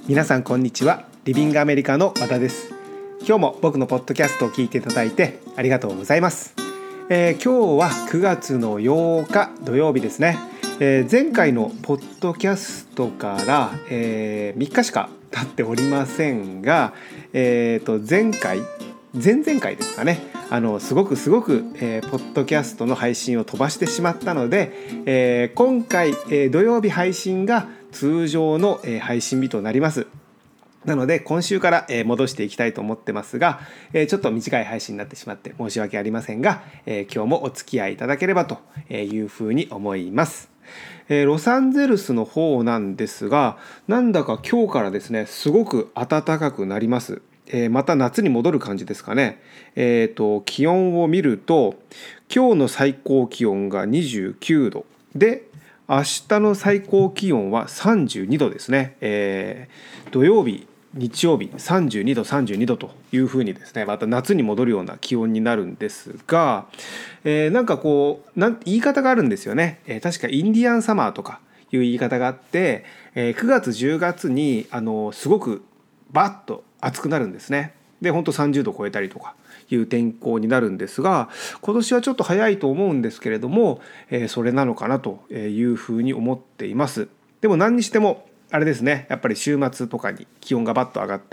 皆さんこんにちは。リビングアメリカの和田です。今日も僕のポッドキャストを聞いていただいてありがとうございます。今日は9月の8日土曜日ですね。前回のポッドキャストから、3日しか経っておりませんが、前々回ですかね、すごく、ポッドキャストの配信を飛ばしてしまったので、今回、土曜日配信が通常の、配信日となります。なので今週から、戻していきたいと思ってますが、ちょっと短い配信になってしまって申し訳ありませんが、今日もお付き合いいただければというふうに思います。ロサンゼルスの方なんですが、なんだか今日からですね、すごく暖かくなります。また夏に戻る感じですかね。気温を見ると今日の最高気温が29度で、明日の最高気温は32度ですね。土曜日日曜日32度というふうにですね、また夏に戻るような気温になるんですが、なんかこう言い方があるんですよね。確かインディアンサマーとかいう言い方があって、9月10月にすごくバッと暑くなるんですね。で本当30度超えたりとかいう天候になるんですが、今年はちょっと早いと思うんですけれども、それなのかなというふうに思っています。でも何にしてもあれですね、やっぱり週末とかに気温がバッと上がって、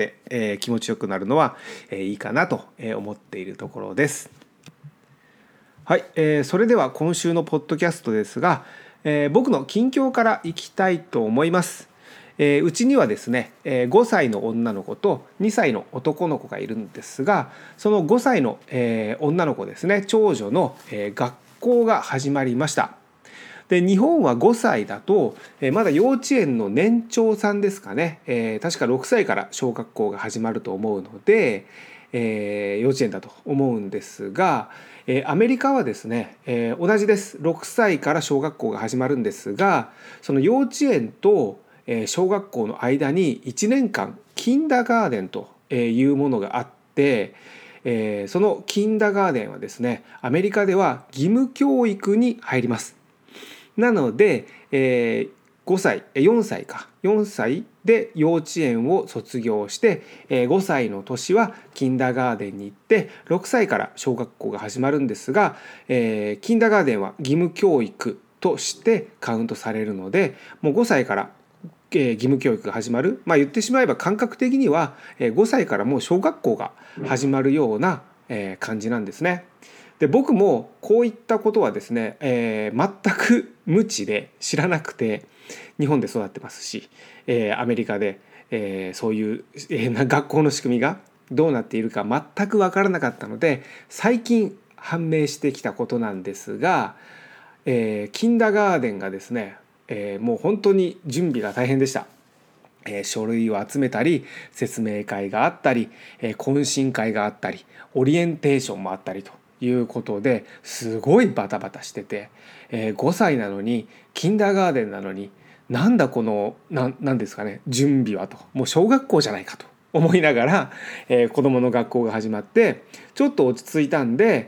気持ちよくなるのは、いいかなと思っているところです。はい、それでは今週のポッドキャストですが、僕の近況からいきたいと思います。うちにはですね、5歳の女の子と2歳の男の子がいるんですが、その5歳の、女の子ですね、長女の、学校が始まりました。で日本は5歳だと、まだ幼稚園の年長さんですかね、確か6歳から小学校が始まると思うので、幼稚園だと思うんですが、アメリカはですね、同じです。6歳から小学校が始まるんですが、その幼稚園と小学校の間に1年間キンダーガーデンというものがあって、そのキンダーガーデンはですね、アメリカでは義務教育に入ります。なので、4歳で幼稚園を卒業して、5歳の年はキンダーガーデンに行って6歳から小学校が始まるんですが、キンダーガーデンは義務教育としてカウントされるので、もう5歳から義務教育が始まる、言ってしまえば感覚的には5歳からもう小学校が始まるような感じなんですね。で僕もこういったことはですね、全く無知で知らなくて、日本で育ってますし、アメリカで、そういう、学校の仕組みがどうなっているか全く分からなかったので、最近判明してきたことなんですが、キンダーガーデンがですね、もう本当に準備が大変でした。書類を集めたり、説明会があったり、懇親会があったり、オリエンテーションもあったりということですごいバタバタしてて、5歳なのにキンダーガーデンなのになんだこのなんですかね、準備はと、もう小学校じゃないかと思いながら、子どもの学校が始まってちょっと落ち着いたんで、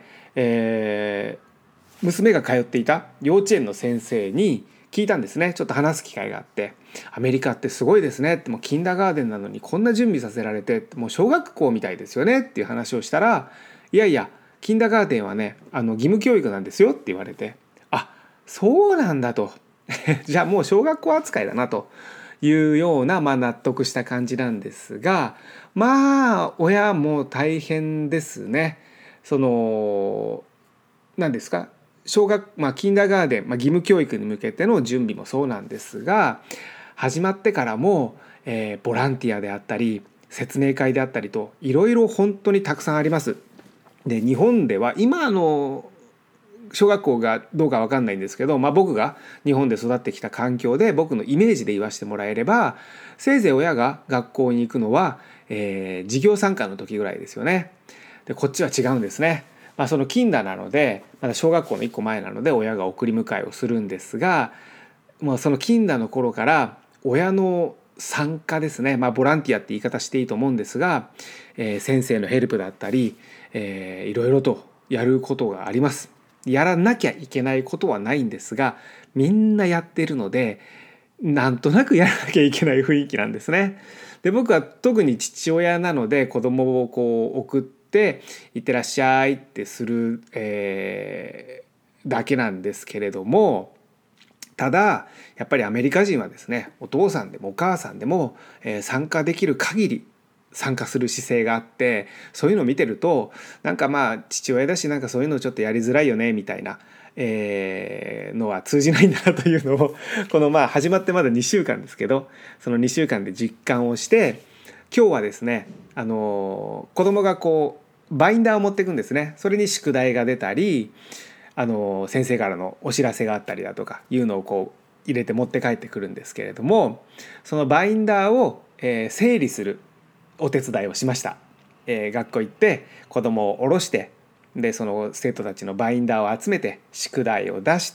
娘が通っていた幼稚園の先生に聞いたんですね。ちょっと話す機会があって、アメリカってすごいですねって、もうキンダーガーデンなのにこんな準備させられて、もう小学校みたいですよねっていう話をしたら、いやいやキンダーガーデンはね、義務教育なんですよって言われて、あ、そうなんだとじゃあもう小学校扱いだなというような、納得した感じなんですが、親も大変ですね。その何ですか、キンダーガーデン、義務教育に向けての準備もそうなんですが、始まってからも、ボランティアであったり説明会であったりといろいろ本当にたくさんあります。で日本では今の小学校がどうか分かんないんですけど、僕が日本で育ってきた環境で僕のイメージで言わせてもらえれば、せいぜい親が学校に行くのは、授業参観の時ぐらいですよね。でこっちは違うんですね。そのキンダなのでまだ小学校の1個前なので親が送り迎えをするんですが、もうそのキンダの頃から親の参加ですね、ボランティアって言い方していいと思うんですが、先生のヘルプだったり、いろいろとやることがあります。やらなきゃいけないことはないんですが、みんなやっているのでなんとなくやらなきゃいけない雰囲気なんですね。 で僕は特に父親なので子供をこう送っていってらっしゃいってする、だけなんですけれども、ただやっぱりアメリカ人はですね、お父さんでもお母さんでも、参加できる限り参加する姿勢があって、そういうのを見てるとなんかまあ父親だしなんかそういうのちょっとやりづらいよねみたいな、のは通じないんだなというのをこの始まってまだ2週間ですけど、その2週間で実感をして、今日はですね、子供がこうバインダーを持っていくんですね。それに宿題が出たり先生からのお知らせがあったりだとかいうのをこう入れて持って帰ってくるんですけれども、そのバインダーを、整理するお手伝いをしました。学校行って子供を降ろして、でその生徒たちのバインダーを集めて宿題を出して、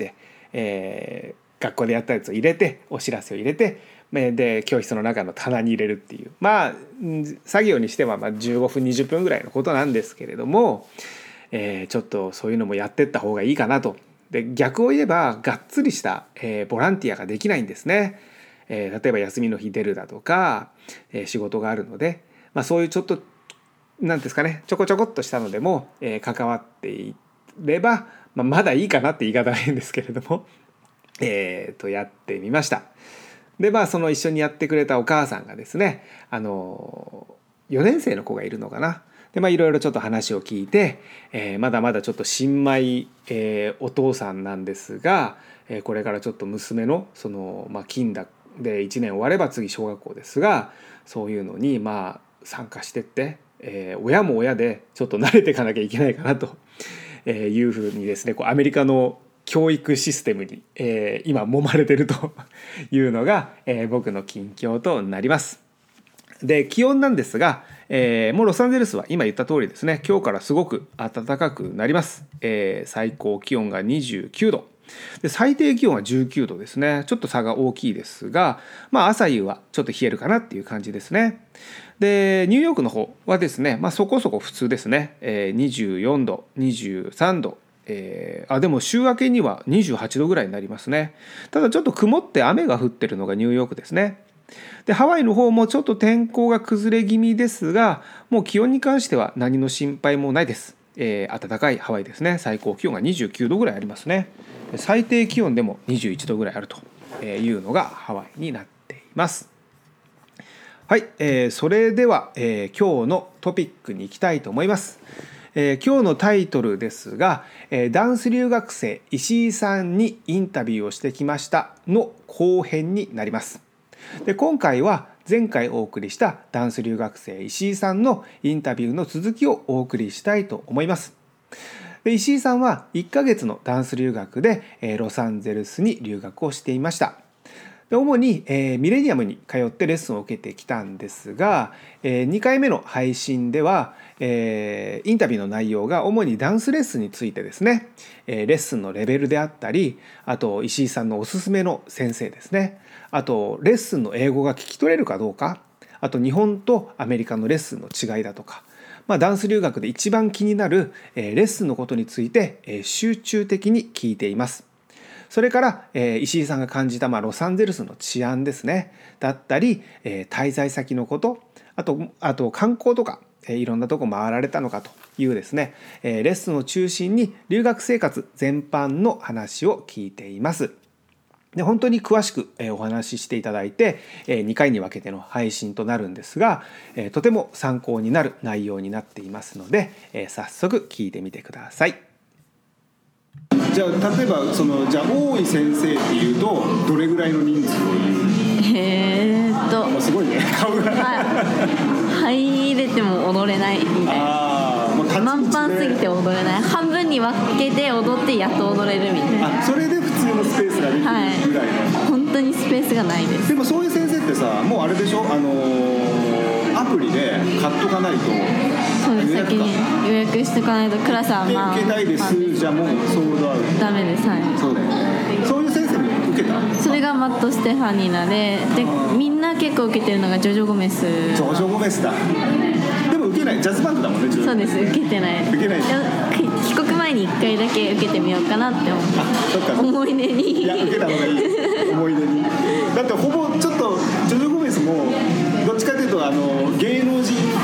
学校でやったやつを入れてお知らせを入れて、で教室の中の棚に入れるっていう、作業にしては15分20分ぐらいのことなんですけれども、ちょっとそういうのもやってった方がいいかなと。で逆を言えばがっつりした、ボランティアができないんですね。例えば休みの日出るだとか、仕事があるので、そういうちょっとなんですかね、ちょこちょこっとしたのでも、関わっていれば、まだいいかなって言い方は変ですけれども、やってみました。でその一緒にやってくれたお母さんがですね、4年生の子がいるのかな。でいろいろちょっと話を聞いて、まだまだちょっと新米、お父さんなんですが、これからちょっと娘のその、金だで1年終われば次小学校ですが、そういうのに参加してって、親も親でちょっと慣れていかなきゃいけないかなというふうにですね、こうアメリカの教育システムに、今揉まれてるというのが、僕の近況となります。で気温なんですが、もうロサンゼルスは今言った通りですね、今日からすごく暖かくなります。最高気温が29度で最低気温は19度ですね。ちょっと差が大きいですが、朝夕はちょっと冷えるかなっていう感じですね。でニューヨークの方はですね、そこそこ普通ですね。24度23度、でも週明けには28度ぐらいになりますね。ただちょっと曇って雨が降ってるのがニューヨークですね。でハワイの方もちょっと天候が崩れ気味ですが、もう気温に関しては何の心配もないです。暖かいハワイですね。最高気温が29度ぐらいありますね。最低気温でも21度ぐらいあるというのがハワイになっています。はい、それでは、今日のトピックに行きたいと思います。今日のタイトルですが、ダンス留学生石井さんにインタビューをしてきましたの後編になります。で今回は前回お送りしたダンス留学生石井さんのインタビューの続きをお送りしたいと思います。で石井さんは1ヶ月のダンス留学でロサンゼルスに留学をしていました。で主にミレニアムに通ってレッスンを受けてきたんですが、2回目の配信ではインタビューの内容が主にダンスレッスンについてですね、レッスンのレベルであったり、あと石井さんのおすすめの先生ですね、あとレッスンの英語が聞き取れるかどうか、あと日本とアメリカのレッスンの違いだとか、ダンス留学で一番気になるレッスンのことについて集中的に聞いています。それから石井さんが感じたロサンゼルスの治安ですねだったり、滞在先のこと、あと観光とかいろんなとこ回られたのかというですね、レッスンを中心に留学生活全般の話を聞いています。で本当に詳しくお話ししていただいて2回に分けての配信となるんですが、とても参考になる内容になっていますので、早速聞いてみてください。じゃあ例えばじゃあ多い先生っていうとどれぐらいの人数を言う？すごいね顔が入れても踊れないみたいな、満帆すぎて踊れない、半分に分けて踊ってやっと踊れるみたいな。 それで普通のスペースができるぐらいの、 本当にスペースがないです。 でもそういう先生ってさ、もうあれでしょ、アプリで買っとかないと。 そうです、先に予約しておかないとクラスは受けたいです、じゃあもうソールドアウトダメです。 そうだよね。そういう先生も受けた？ それがマット・ステファニーナでみんな結構受けてるのがジョジョ・ゴメス。 ジョジョ・ゴメスだ。でも受けない、ジャズバンドだもんね。 そうです、受けてない。帰国前に1回だけ受けてみようかなって思い出に。 いや、受けた方がいい思い出に。だってほぼちょっとジョジョ・ゴメスもどっちかというと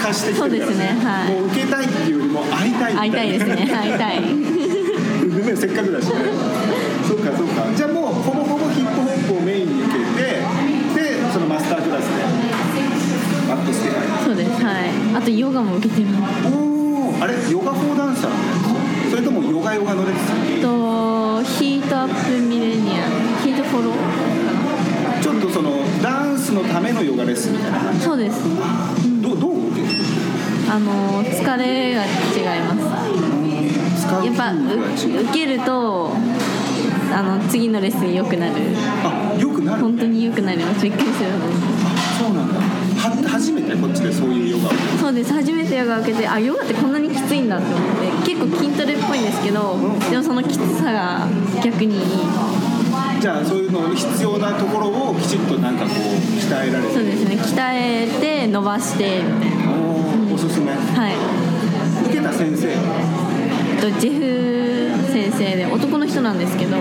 発してきてるから、 そうですね、はい、 もう受けたいっていうよりも会いたいみたいな。 会いたいですね、会いたいね、せっかくだしね。そうかそうか。じゃあもうほぼほぼヒップホップをメインに受けて、でそのマスタークラスでマットステファニー。 そうです、はい。あとヨガも受けてます。 おー、あれヨガフォーダンサーそれともヨガのレッスン？ ヒートアップミレニアム、ヒートフォローかな。ちょっとそのダンスのためのヨガレッスンみたいな感じ。 そうです。 どう受ける？ 疲れが違います。やっぱ受けると次のレッスン良くなる。 あ、良くなる。 本当に良くなります。びっくりする。 あ、そうなんだ。初めてこっちでそういうヨガを。 そうです。初めてヨガを受けて、ヨガってこんなにきついんだって思って、結構筋トレっぽいんですけど、でもそのきつさが逆にいい。 じゃあそういうの必要なところをきちっとなんかこう鍛えられる。 そうですね。鍛えて伸ばしてみたいな。 おすすめ。 はい。 受けた先生。 ジェフ先生で男の人なんですけど、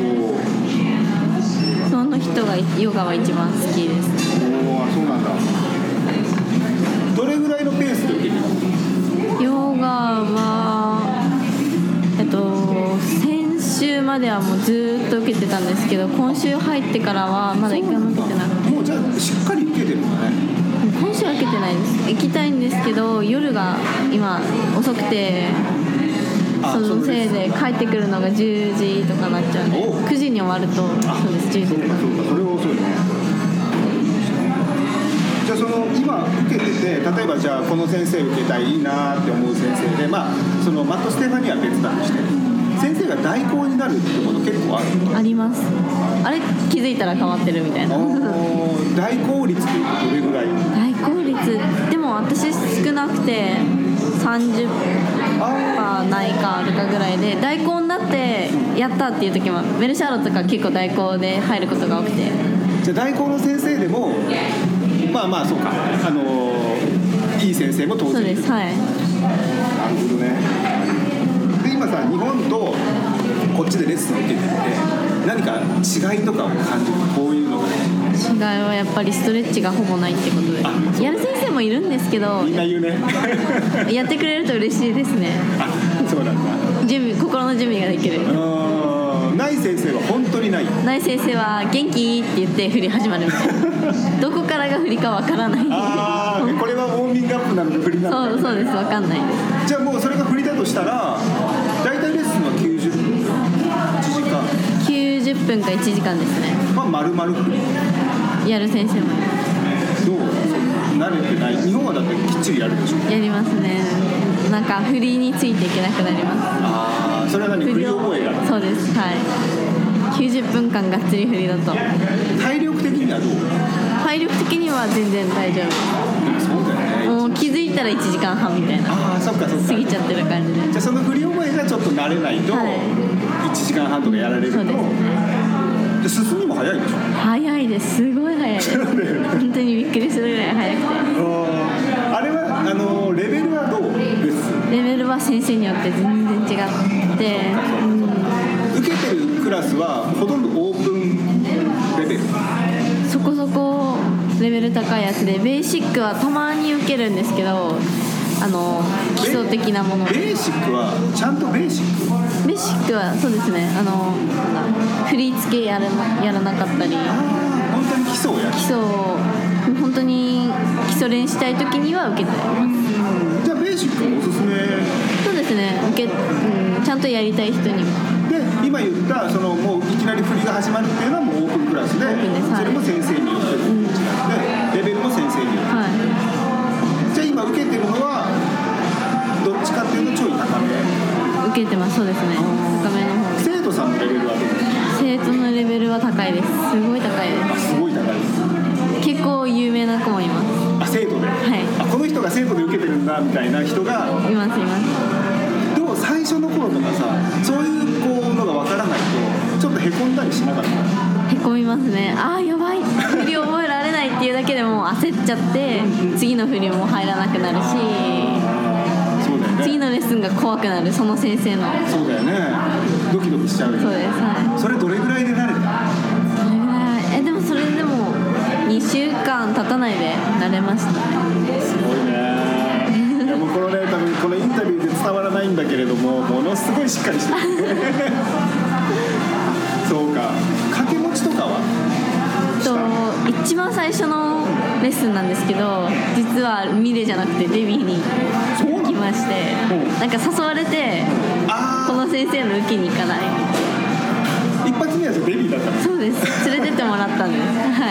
その人がヨガは一番好きです。 そうなんだ。どれぐらいのペースで受けてるの？ ヨガは先週まではもうずっと受けてたんですけど、今週入ってからはまだ一回も受けてなくて。 もうじゃあしっかり受けてるんだね。 今週は受けてないです。行きたいんですけど、夜が今遅くて、そのせいで帰ってくるのが10時とかなっちゃうんで、9時に終わると、そうです、10時とか。 そうか、それは遅いね。じゃあ今受けてて、例えばじゃあこの先生受けたい、いいなって思う先生で、そのマット・ステファニーは別だとして、先生が代行になるってこと結構ある？ あります。あれ気づいたら変わってるみたいな。 代行率っていうとどれぐらい？ 代行率でも私少なくて30%ないかあるかぐらいで、代行になってやったっていう時もベルシャーロとか結構代行で入ることが多くて。 じゃあ代行の先生でもそうか、いい先生も当然そうです、はい。 なるほどね。で今さ、日本とこっちでレッスンを受けてみて何か違いとかを感じる？こういうのが違いはやっぱりストレッチがほぼないってことです。やる先生もいるんですけど、 みんな言うねやってくれると嬉しいですね。 そうなんだ。 心の準備ができる。 ない先生は本当にない。 ない先生は元気って言って振り始まるみたいなどこからが振りかわからない。 これはウォーミングアップなのか振りなのか。 そうです、わかんないです。 じゃあもうそれが振りだとしたら大体レッスンは90分1時間 90分か1時間ですね。 丸々振りやる先生もいます。 どう？慣れてない？日本はだってきっちりやるでしょ？ やりますね。なんか振りについていけなくなります。 それは何？振り覚えが？ そうです、はい。90分間がっつり振りだと。 体力的にはどう？ 体力的には全然大丈夫。 そうだよね。 もう気づいたら1時間半みたいな。 そっかそっか。 過ぎちゃってる感じで。 じゃあその振り覚えがちょっと慣れないと、1時間半とかやられると。そうですね。進みも早いでしょ？ 早いです。すごい早いです。本当にびっくりするぐらい早くて。 あれはレベルはどうです？ レベルは先生によって全然違って、 受けてるクラスはほとんどオープンレベル？ そこそこレベル高いやつで、ベーシックはたまに受けるんですけど、基礎的なもの。 ベーシックはちゃんとベーシック？ ベーシックはそうですね、振り付けやらなかったり、 本当に基礎をやる？基礎を本当に基礎練したい時には受けてます。 じゃあベーシックもおすすめ？ そうですね、ちゃんとやりたい人には。 で今言ったもういきなり振りが始まるっていうのはもうオープンクラスで、それも先生によって違って、レベルも先生によって、じゃあ今受けてるのはどっちかっていうとちょい高め？ 受けてます。そうですね、高めの方。 生徒さんのレベルはどうですか？ 生徒のレベルは高いです。すごい高いです。 すごい高いです。 結構有名な子もいます。 生徒で？はい。この人が生徒で受けてるんだみたいな人がいます。 でも最初の頃とかさ、そういうのが分からないとちょっとへこんだりしなかった？ へこみますね。やばい、振り覚えられないっていうだけでも焦っちゃって次の振りも入らなくなるし、 そうだよね、 次のレッスンが怖くなる、その先生の。 そうだよね、ドキドキしちゃうよね。 そうです、はい。 それどれぐらいで慣れた？ それぐらい、でもそれでも2週間経たないで慣れましたね。 すごいね。 やもうこのね多分このインタビューで伝わらないんだけれどもものすごいしっかりしてるそうか。掛け持ちとかは一番最初のレッスンなんですけど実はミレじゃなくてデビーに行きまして、なんか誘われてこの先生の受けに行かない。 一発目はデビーだったの？ そうです。連れてってもらったんです。はい。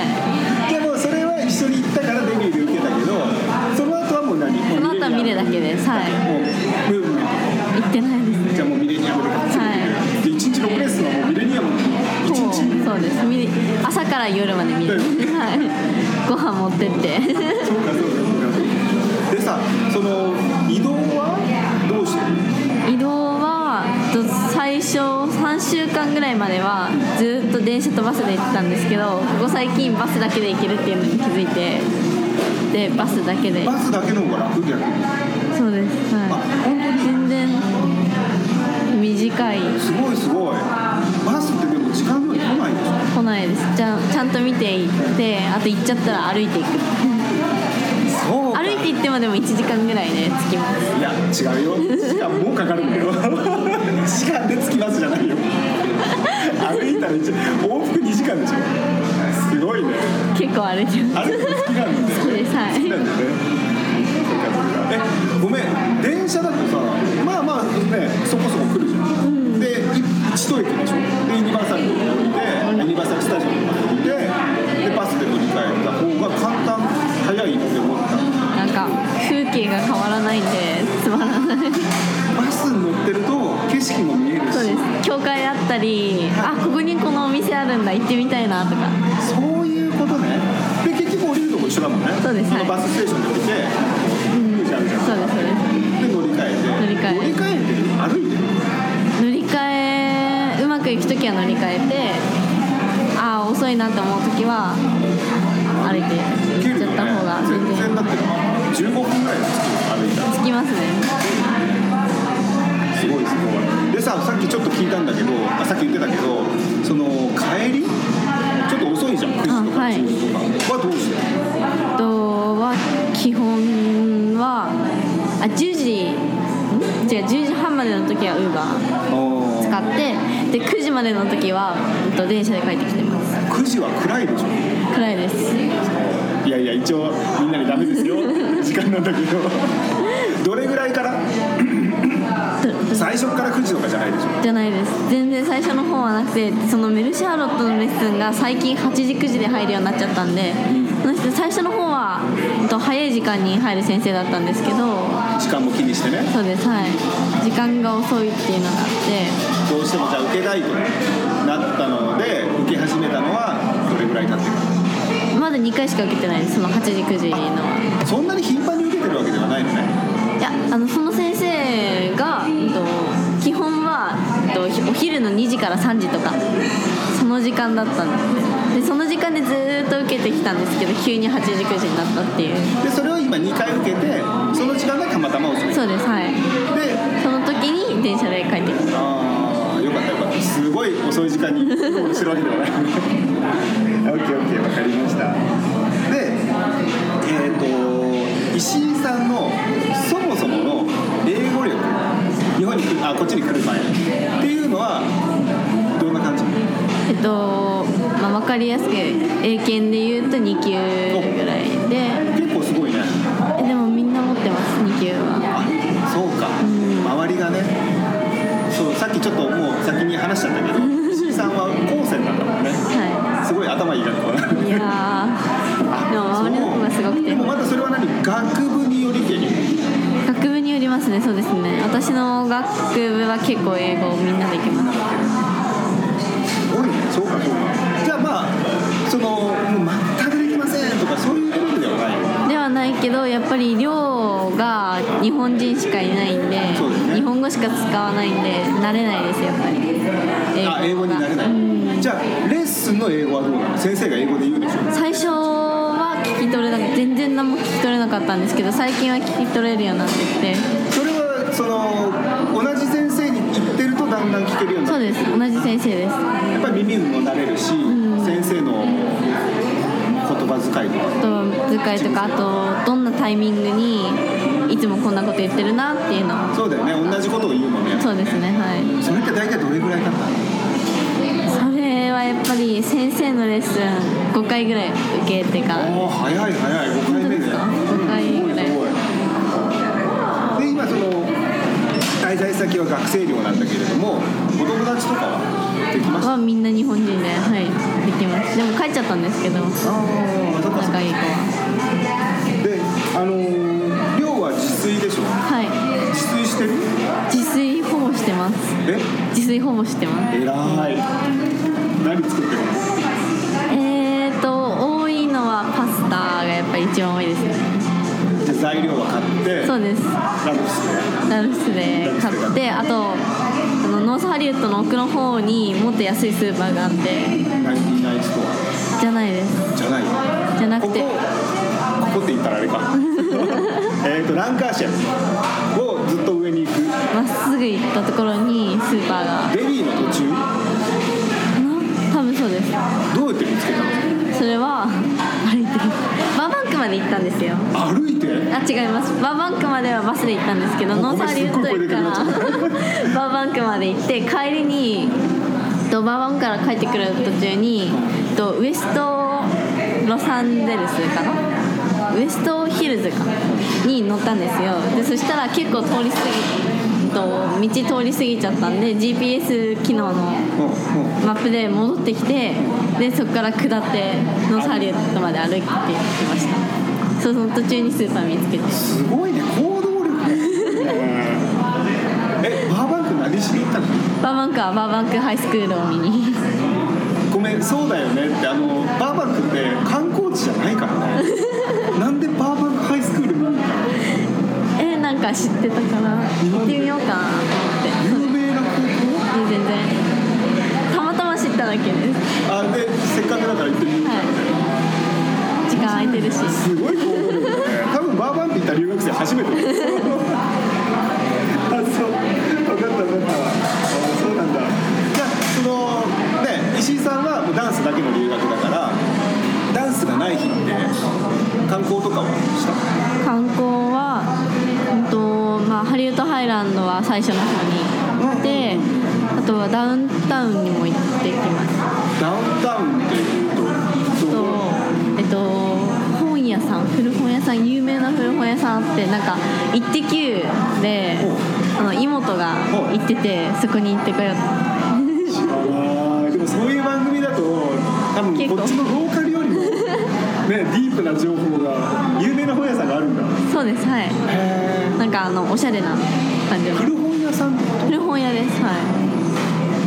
でもそれは一緒に行ったからデビーで受けたけどその後はもう何？ その後はミレだけです。はい。 もうムーブメント行ってないですね。 じゃあもうミレニアムで活躍で、1日6レッスンはもうミレニアム1日そうです。朝から夜まで見る、はい、ご飯持ってってそうかでさ、その移動はどうしてる？ 移動は最初3週間ぐらいまではずっと電車とバスで行ってたんですけどここ最近バスだけで行けるっていうのに気づいてでバスだけでバスだけの方が楽？逆にそうです、はい、本当に全然短い。 すごいすごい。バスってでも時間通り来ないでしょ？ 来ないです。ちゃんと見ていってあと行っちゃったら歩いていくそうか。 歩いて行ってもでも1時間ぐらいで着きます。 いや違うよ時間もうかかるんだよ時間で着きますじゃないよ歩いたら往復2時間でしょ。すごいね。 結構歩いてます。 歩くの好きなんだよね。 そうです、はい。 好きなんだよね。ごめん電車だとさまあまあねそこそこ来るじゃん、で一駅でしょ。でユニバーサルに降りてユニバーサルスタジオまで降りてでバスで乗り換えた方が簡単早いって思った。 なんか風景が変わらないんでつまらないバスに乗ってると景色も見えるし。 そうです。教会あったりここにこのお店あるんだ行ってみたいなとか。 そういうことね。で結局降りるとこ一緒だもんね。 そうです、はい、 バスステーションで降りてそうですそうです。 で乗り換えて歩いてる？乗り換えうまくいくときは乗り換えて遅いなって思うときは歩いて行っちゃった方が全然だって15分ぐらいで歩いたら着きますね。 すごいすごい。でさっきちょっと聞いたんだけどさっき言ってたけどその帰りちょっと遅いじゃん9時とか10時とかはどうしてる？ 基本は10時半までの時は Uber 使ってで9時までの時は電車で帰ってきてます。 9時は暗いでしょ？ 暗いです。 いや一応みんなにダメですよ時間なんだけどどれぐらいから最初から9時とかじゃないでしょ？ じゃないです。全然最初の方はなくてそのメルシャーロットのレッスンが最近8時9時で入るようになっちゃったんで、最初の方は早い時間に入る先生だったんですけど時間も気にしてね。 そうです、はい。時間が遅いっていうのがあってどうしてもじゃあ受けたいとなったので受け始めたのはどれぐらい経ってる？ まだ2回しか受けてないです。その8時9時のはそんなに頻繁に受けてるわけではないのね。 いやその先生が基本はお昼の2時から3時とかその時間だったんですね。でその時間でずっと受けてきたんですけど急に8時9時になったっていう。 でそれを今2回受けてその時間がたまたま遅い。 そうです、はい。でその時に電車で帰ってきた。 よかったよかった。すごい遅い時間にゴールしてるわけではないオッケーオッケー分かりました。で石井さんのそもそもの英語力日本にこっちに来る前っていうのはどんな感じ？ 分かりやすく英検で言うと2級ぐらいで結構すごいね。 でもみんな持ってます2級は。 そうか、周りがね。そうさっきちょっともう先に話しちゃったけど石井さんは高専なんだもんね。はい。すごい頭いい学校なんで。いやでも周りの子がすごくて。 でもまたそれは学部によりけり？ 学部によりますね。そうですね。私の学部は結構英語みんなできます。 すごいね。そうかそうか。じゃあもう全くできませんとかそういうレベルではない？ ではないけどやっぱり寮が日本人しかいないんで、ね、日本語しか使わないんで慣れないですやっぱり。 英語になれない。じゃあレッスンの英語はどうなの？先生が英語で言うでしょ？ 最初は聞き取れなかった。全然何も聞き取れなかったんですけど最近は聞き取れるようになってきて。 それは同じ先生に言ってるとだんだん聞けるようになる？ そうです。同じ先生です。 やっぱり耳も慣れるし、先生の言葉遣いとか言葉遣いとか、あとどんなタイミングにいつもこんなこと言ってるなっていうのを。 そうだよね、同じことを言うもんね。 そうですね、はい。 それって大体どれぐらいだったの？ それはやっぱり先生のレッスン5回ぐらい受けてから。 おー、早い5回目で。 本当ですか？5回ぐらい。 で今その滞在先は学生寮なんだけれども、お友達とかはできました？ みんな日本人で、はい、できます。でも帰っちゃったんですけど、仲いい子は。 で、寮は自炊でしょ？ はい。 自炊してる？ 自炊ほぼしてます。自炊ほぼしてます。 えらい。何作ってるの？ 多いのはパスタがやっぱり一番多いですね。 で材料は買って。そうです。 ラルフスで買って、あとノースハリウッドの奥の方にもっと安いスーパーがあって。 ナイストア？ じゃないです。 じゃなくて。 ここって言ったらあれか。ランカーシャルをずっと上に行く。 まっすぐ行ったところにスーパーが。 デリーの途中？ 多分そうです。 どうやって見つけたの？ それは歩いてバーバンクまで行ったんですよ。 歩いて？ 違います。バーバンクまではバスで行ったんですけど、ノースハリウッド駅からバーバンクまで行って、帰りにバーバンクから帰ってくる途中にウエストロサンゼルスかな、ウエストヒルズかに乗ったんですよ。でそしたら結構道通り過ぎちゃったんで GPS 機能のマップで戻ってきて、でそこから下ってノースハリウッドまで歩いてきました。その途中にスーパー見つけて。 すごいね、行動力。バーバンク何しに行ったの？ バーバンクはバーバンクハイスクールを見に。 ごめん、そうだよねって、バーバンクって観光地じゃないからね。なんでバーバンクハイスクールに行ったの？ なんか知ってたから行ってみようかなと思って。 有名な高校？ 全然たまたま知っただけです。 でせっかくだから行ってみようかな、 時間空いてるし。 すごい行動力ね。多分バーバンク行った留学生初めて。そう、分かった。そうなんだ。じゃあ石井さんはもうダンスだけの留学だから、ダンスがない日って観光とかはした？ 観光はハリウッドハイランドは最初の方に行って、あとはダウンタウンにも行ってきます。 ダウンタウンって本屋さん、古本屋さん、有名な古本屋さんあって、なんかイッテ Q で妹が行ってて、そこに行ってこようと。 知らない。でもそういう番組だと多分こっちのローカルよりもね、ディープな情報が、有名な本屋さんがあるんだ。 そうです、はい。なんかおしゃれな感じの古本屋さんってこと？ 古本屋です、はい。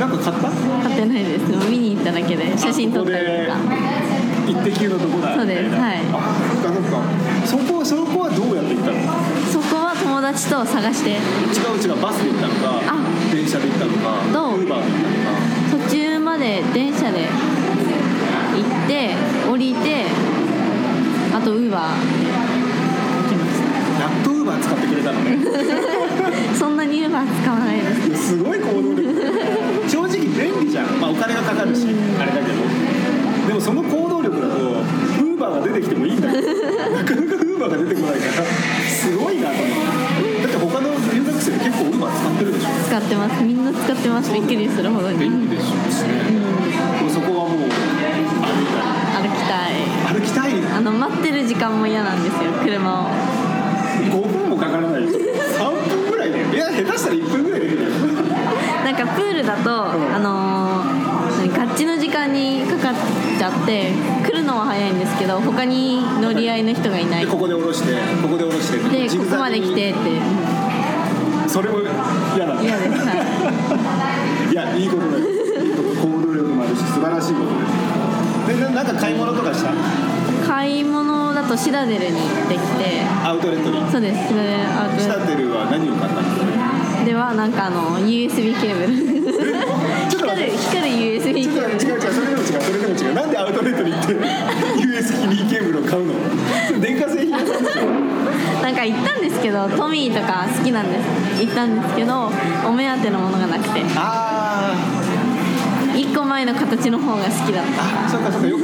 なんか買った？ 買ってないです。見に行っただけで写真撮ったりとか。 イッテ Q のとこだ。 そうです、はい。 そこはどうやって行ったの？ そこは友達と探して。 違う、バスで行ったのか、電車で行ったのか、ウーバーで行ったのか。 途中まで電車で行って降りて、あとウーバーで行きました。 やっとウーバー使ってくれたのね。 そんなにウーバー使わないです。 すごい行動力。正直便利じゃん。お金がかかるし、あれだけど。でもその行動力だとウーバーが出てきてもいいんだけど、なかなかウーバーが出てこないからすごいなと思って。だって他の留学生で結構ウーバー使ってるでしょ？ 使ってます。みんな使ってます。びっくりするほどに。 便利でしょうしね。でもそこはもう歩きたい。 歩きたい。 待ってる時間も嫌なんですよ、車を。 5分もかからないよ。3分ぐらいで。いや、下手したら1分ぐらいで出てるよ。 なんかプールだと、ガッチの時間にかかっちゃって来るのは早いんですけど、他に乗り合いの人がいない。 でここで降ろしてでここまで来てって。 それも嫌なんだ。 嫌です、はい。 いや、いいことだよ。行動力もあるし素晴らしいことです。でなんか買い物とかした？ 買い物だとシダデルに行ってきて。 アウトレットに？そうです、 シダデルアウトレット。 シダデルは何を買ったの？ ではなんかUSB ケーブル。光る USB ケーブル。 違う、それでも違う。なんでアウトレットに行って USB ケーブルを買うの？電化製品屋さんでしょ？ なんか行ったんですけど、トミーとか好きなんです。行ったんですけど、お目当てのものがなくて。1個前の形の方が好きだった。 そうか、よかった。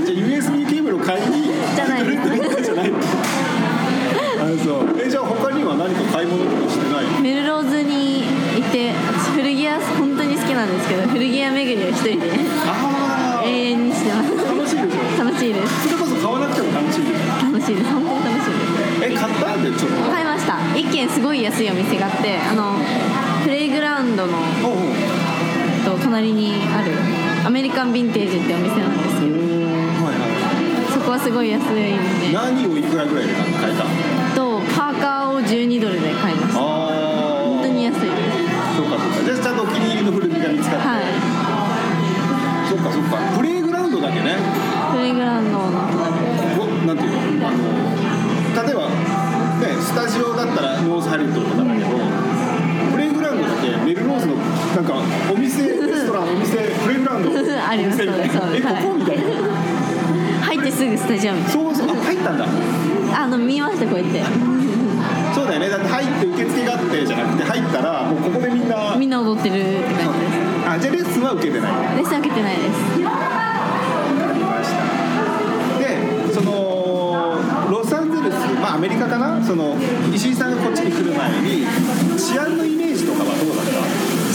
じゃあ USB ケーブルを買いにじゃないですじゃないのそうじゃあ他には何か買い物とかしてない？ メルローズに行って、私古着屋本当に好きなんですけど、古着屋巡りを一人で永遠にしてます。 楽しいでしょ？ 楽しいです。 それこそ買わなくても楽しいでしょ？ 楽しいです。本当に楽しいです。 買ったんでちょっと買いました。一軒すごい安いお店があって、プレイグラウンドの隣にあるアメリカンヴィンテージってお店なんですけど、そこはすごい安いんで。 何をいくらぐらいで買えた？ パーカーを$12で買いました。本当に安いです。 そうかそうか。じゃあちゃんとお気に入りの古着が見つかって。 はい。 そうかそうか。プレイグラウンドだけね。 プレイグラウンドのなんていうの？例えばね、スタジオだったらノースハリウッドとかだけど、プレイグラウンドだけメルローズのなんかお店レストランお店プレイグラウンドあります。そうですそうです。 ここみたいな。 入ってすぐスタジアム。 そうそう。入ったんだ。 見ましたこうやって。 そうだよね。だって入って受付があってじゃなくて入ったらもうここでみんな踊ってるって感じです。 じゃあレッスンは受けてない？ レッスン受けてないです。 わかりました。で、そのロサンゼルス、アメリカかな、その石井さんがこっちに来る前に治安のイメージとかはどうだった？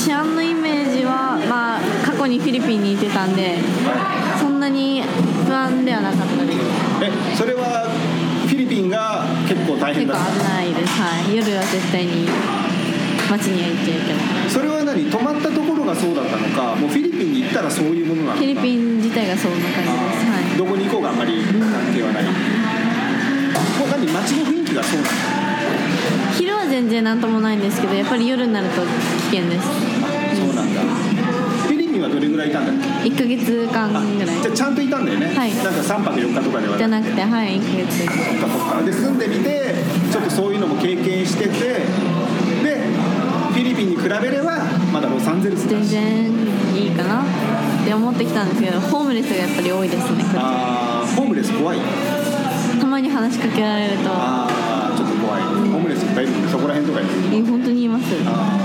治安のイメージは、過去にフィリピンにいてたんで、そんなに不安ではなかったです。 それはフィリピンが結構大変だった？ 結構危ないです。はい。夜は絶対に街には行っちゃいけない。 それは泊まったところがそうだったのか、もうフィリピンに行ったらそういうものなのか？ フィリピン自体がそんな感じです。はい。 どこに行こうがあんまり関係はない。もう街の雰囲気がそうなの？ 昼は全然なんともないんですけど、やっぱり夜になると危険です。 そうなんだ。フィリピンはどれぐらいいたんだっけ ？1ヶ月間ぐらい。 じゃあちゃんといたんだよね。はい。なんか3泊4日とかではじゃなくて、はい、1ヶ月。 で住んでみてちょっとそういうのも経験してて、でフィリピンに比べればまだロサンゼルスだし全然いいかなって思ってきたんですけど、ホームレスがやっぱり多いですね。 ホームレス怖い？ たまに話しかけられるとちょっと怖い。ホームレスいっぱいいるんで、そこら辺とかに本当にいます。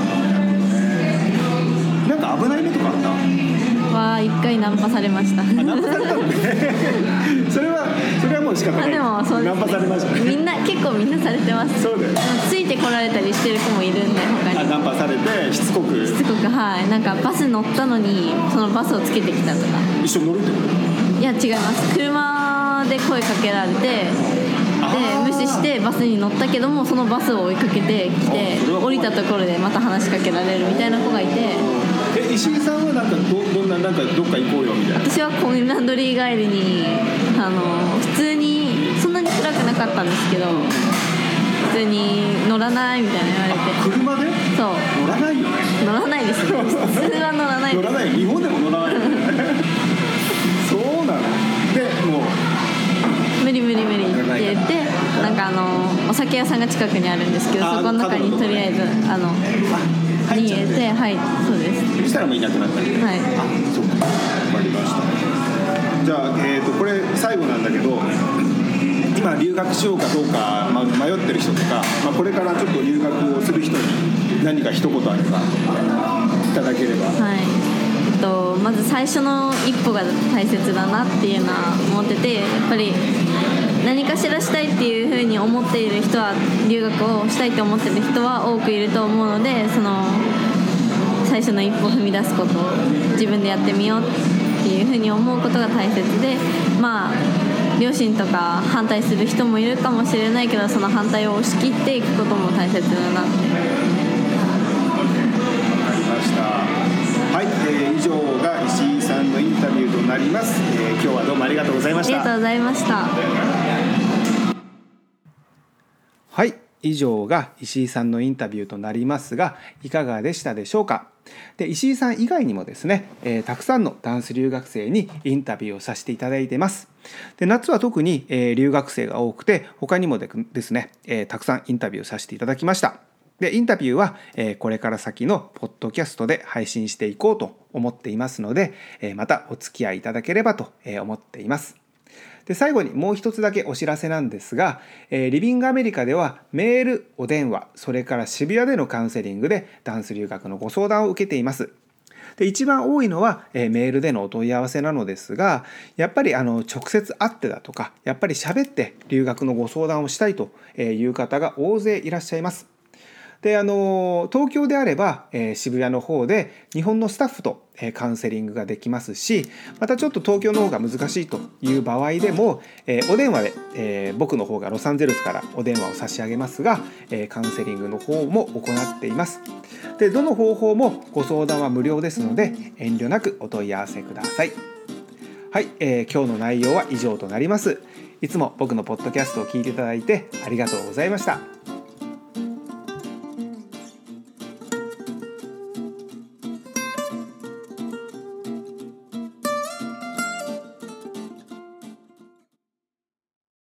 なんか危ない目とかあった？ 1回ナンパされました。 ナンパされたのね。それはもう仕方ない。 でもそうですね。 ナンパされましたね。 結構みんなされてます。 そうだよ。 ついてこられたりしてる子もいるんで、他に。 ナンパされてしつこく。 はい。なんかバス乗ったのにそのバスをつけてきたとか。 一緒に乗るってこと？ いや違います。車で声かけられて。で無視してバスに乗ったけども、そのバスを追いかけてきて、降りたところでまた話しかけられるみたいな子がいて。 石井さんはなんかどっか行こうよみたいな？ 私はコインランドリー帰りに普通にそんなに暗くなかったんですけど、普通に乗らないみたいな言われて。 車で？そう乗らないよね。 乗らないですね。普通は乗らないです。 乗らない。日本でも乗らないよね。そうなの？でもう無理って言って、なんかお酒屋さんが近くにあるんですけど、そこの中にとりあえず逃げて、はい、そうです。 そしたらもういなくなったり。 はい。 そうか。わかりました。じゃあこれ最後なんだけど、今留学しようかどうか迷ってる人とか、これからちょっと留学をする人に何か一言あればいただければ。 はい。まず最初の一歩が大切だなっていうのは思ってて、やっぱり何かしらしたいっていう風に思っている人は、留学をしたいと思っている人は多くいると思うので、その最初の一歩を踏み出すことを自分でやってみようっていう風に思うことが大切で、両親とか反対する人もいるかもしれないけど、その反対を押し切っていくことも大切だなって。 わかりました。はい、以上が石井さんのインタビューとなります。今日はどうもありがとうございました。 ありがとうございました。 はい、以上が石井さんのインタビューとなりますが、いかがでしたでしょうか。で、石井さん以外にもですね、たくさんのダンス留学生にインタビューをさせていただいています。で、夏は特に、留学生が多くて、他にもですね、たくさんインタビューさせていただきました。で、インタビューは、これから先のポッドキャストで配信していこうと思っていますので、またお付き合いいただければと思っています。で、最後にもう一つだけお知らせなんですが、リビングアメリカではメール、お電話、それから渋谷でのカウンセリングでダンス留学のご相談を受けています。 で一番多いのは、メールでのお問い合わせなのですが、やっぱり直接会ってだとか、やっぱり喋って留学のご相談をしたいという方が大勢いらっしゃいます。で東京であれば、渋谷の方で日本のスタッフと、カウンセリングができますし、またちょっと東京の方が難しいという場合でも、お電話で、僕の方がロサンゼルスからお電話を差し上げますが、カウンセリングの方も行っています。でどの方法もご相談は無料ですので、遠慮なくお問い合わせください。はい、今日の内容は以上となります。いつも僕のポッドキャストを聞いていただいてありがとうございました。